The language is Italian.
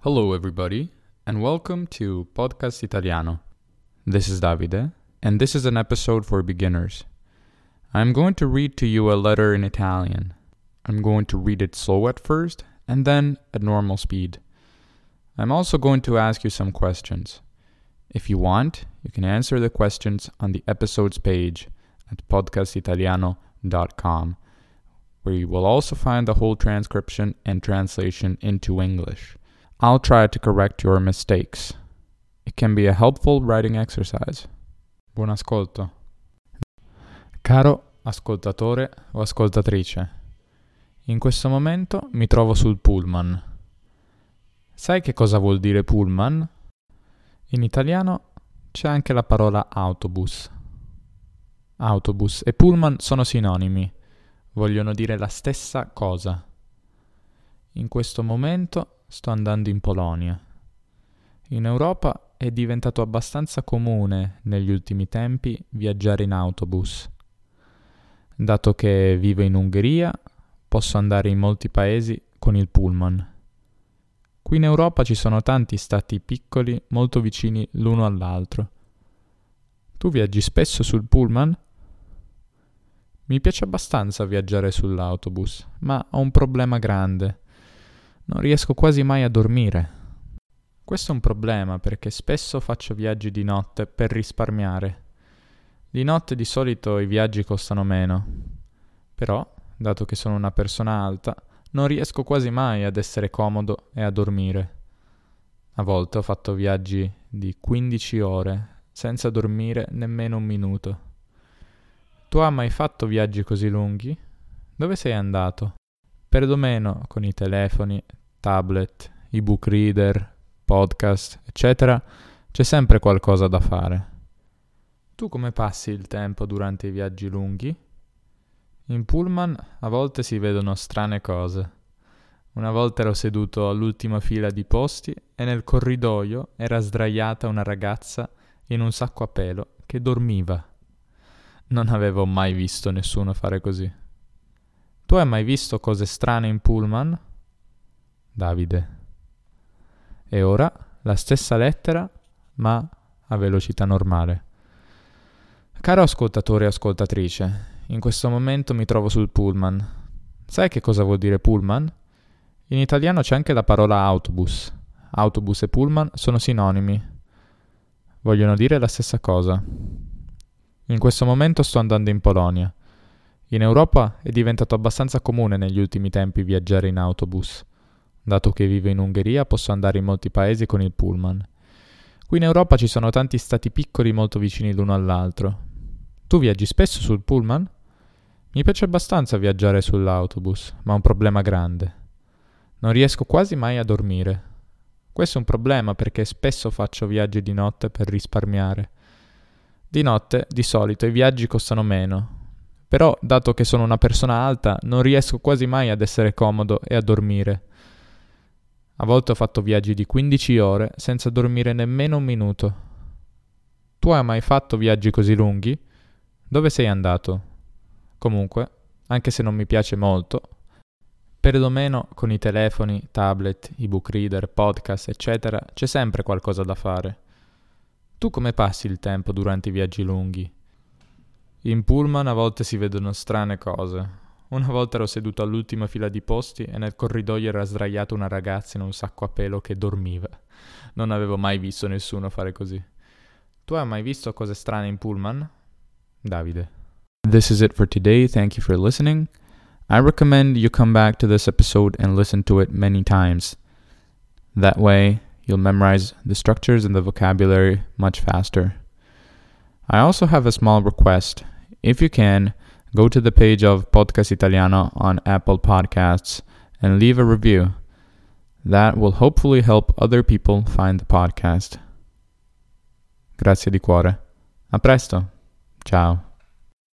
Hello everybody, and welcome to Podcast Italiano. This is Davide, and this is an episode for beginners. I'm going to read to you a letter in Italian. I'm going to read it slow at first, and then at normal speed. I'm also going to ask you some questions. If you want, you can answer the questions on the episodes page at podcastitaliano.com, where you will also find the whole transcription and translation into English. I'll try to correct your mistakes. It can be a helpful writing exercise. Buon ascolto. Caro ascoltatore o ascoltatrice, in questo momento mi trovo sul pullman. Sai che cosa vuol dire pullman? In italiano c'è anche la parola autobus. Autobus e pullman sono sinonimi, vogliono dire la stessa cosa. In questo momento sto andando in Polonia. In Europa è diventato abbastanza comune negli ultimi tempi viaggiare in autobus. Dato che vivo in Ungheria, posso andare in molti paesi con il pullman. Qui in Europa ci sono tanti stati piccoli molto vicini l'uno all'altro. Tu viaggi spesso sul pullman? Mi piace abbastanza viaggiare sull'autobus, ma ho un problema grande. Non riesco quasi mai a dormire. Questo è un problema perché spesso faccio viaggi di notte per risparmiare. Di notte di solito i viaggi costano meno. Però, dato che sono una persona alta, non riesco quasi mai ad essere comodo e a dormire. A volte ho fatto viaggi di 15 ore senza dormire nemmeno un minuto. Tu hai mai fatto viaggi così lunghi? Dove sei andato? Perlomeno con i telefoni, tablet, ebook reader, podcast, eccetera, c'è sempre qualcosa da fare. Tu come passi il tempo durante i viaggi lunghi? In pullman a volte si vedono strane cose. Una volta ero seduto all'ultima fila di posti e nel corridoio era sdraiata una ragazza in un sacco a pelo che dormiva. Non avevo mai visto nessuno fare così. Tu hai mai visto cose strane in pullman? Davide. E ora la stessa lettera, ma a velocità normale. Caro ascoltatore e ascoltatrice, in questo momento mi trovo sul pullman. Sai che cosa vuol dire pullman? In italiano c'è anche la parola autobus. Autobus e pullman sono sinonimi. Vogliono dire la stessa cosa. In questo momento sto andando in Polonia. In Europa è diventato abbastanza comune negli ultimi tempi viaggiare in autobus. Dato che vivo in Ungheria, posso andare in molti paesi con il pullman. Qui in Europa ci sono tanti stati piccoli molto vicini l'uno all'altro. Tu viaggi spesso sul pullman? Mi piace abbastanza viaggiare sull'autobus, ma ho un problema grande. Non riesco quasi mai a dormire. Questo è un problema perché spesso faccio viaggi di notte per risparmiare. Di notte, di solito, i viaggi costano meno. Però, dato che sono una persona alta, non riesco quasi mai ad essere comodo e a dormire. A volte ho fatto viaggi di 15 ore senza dormire nemmeno un minuto. Tu hai mai fatto viaggi così lunghi? Dove sei andato? Comunque, anche se non mi piace molto, perlomeno con i telefoni, tablet, ebook reader, podcast, eccetera, c'è sempre qualcosa da fare. Tu come passi il tempo durante i viaggi lunghi? In pullman a volte si vedono strane cose. Una volta ero seduto all'ultima fila di posti e nel corridoio era sdraiata una ragazza in un sacco a pelo che dormiva. Non avevo mai visto nessuno fare così. Tu hai mai visto cose strane in pullman? Davide. This is it for today. Thank you for listening. I recommend you come back to this episode and listen to it many times. That way, you'll memorize the structures and the vocabulary much faster. I also have a small request. If you can, go to the page of Podcast Italiano on Apple Podcasts and leave a review. That will hopefully help other people find the podcast. Grazie di cuore. A presto. Ciao.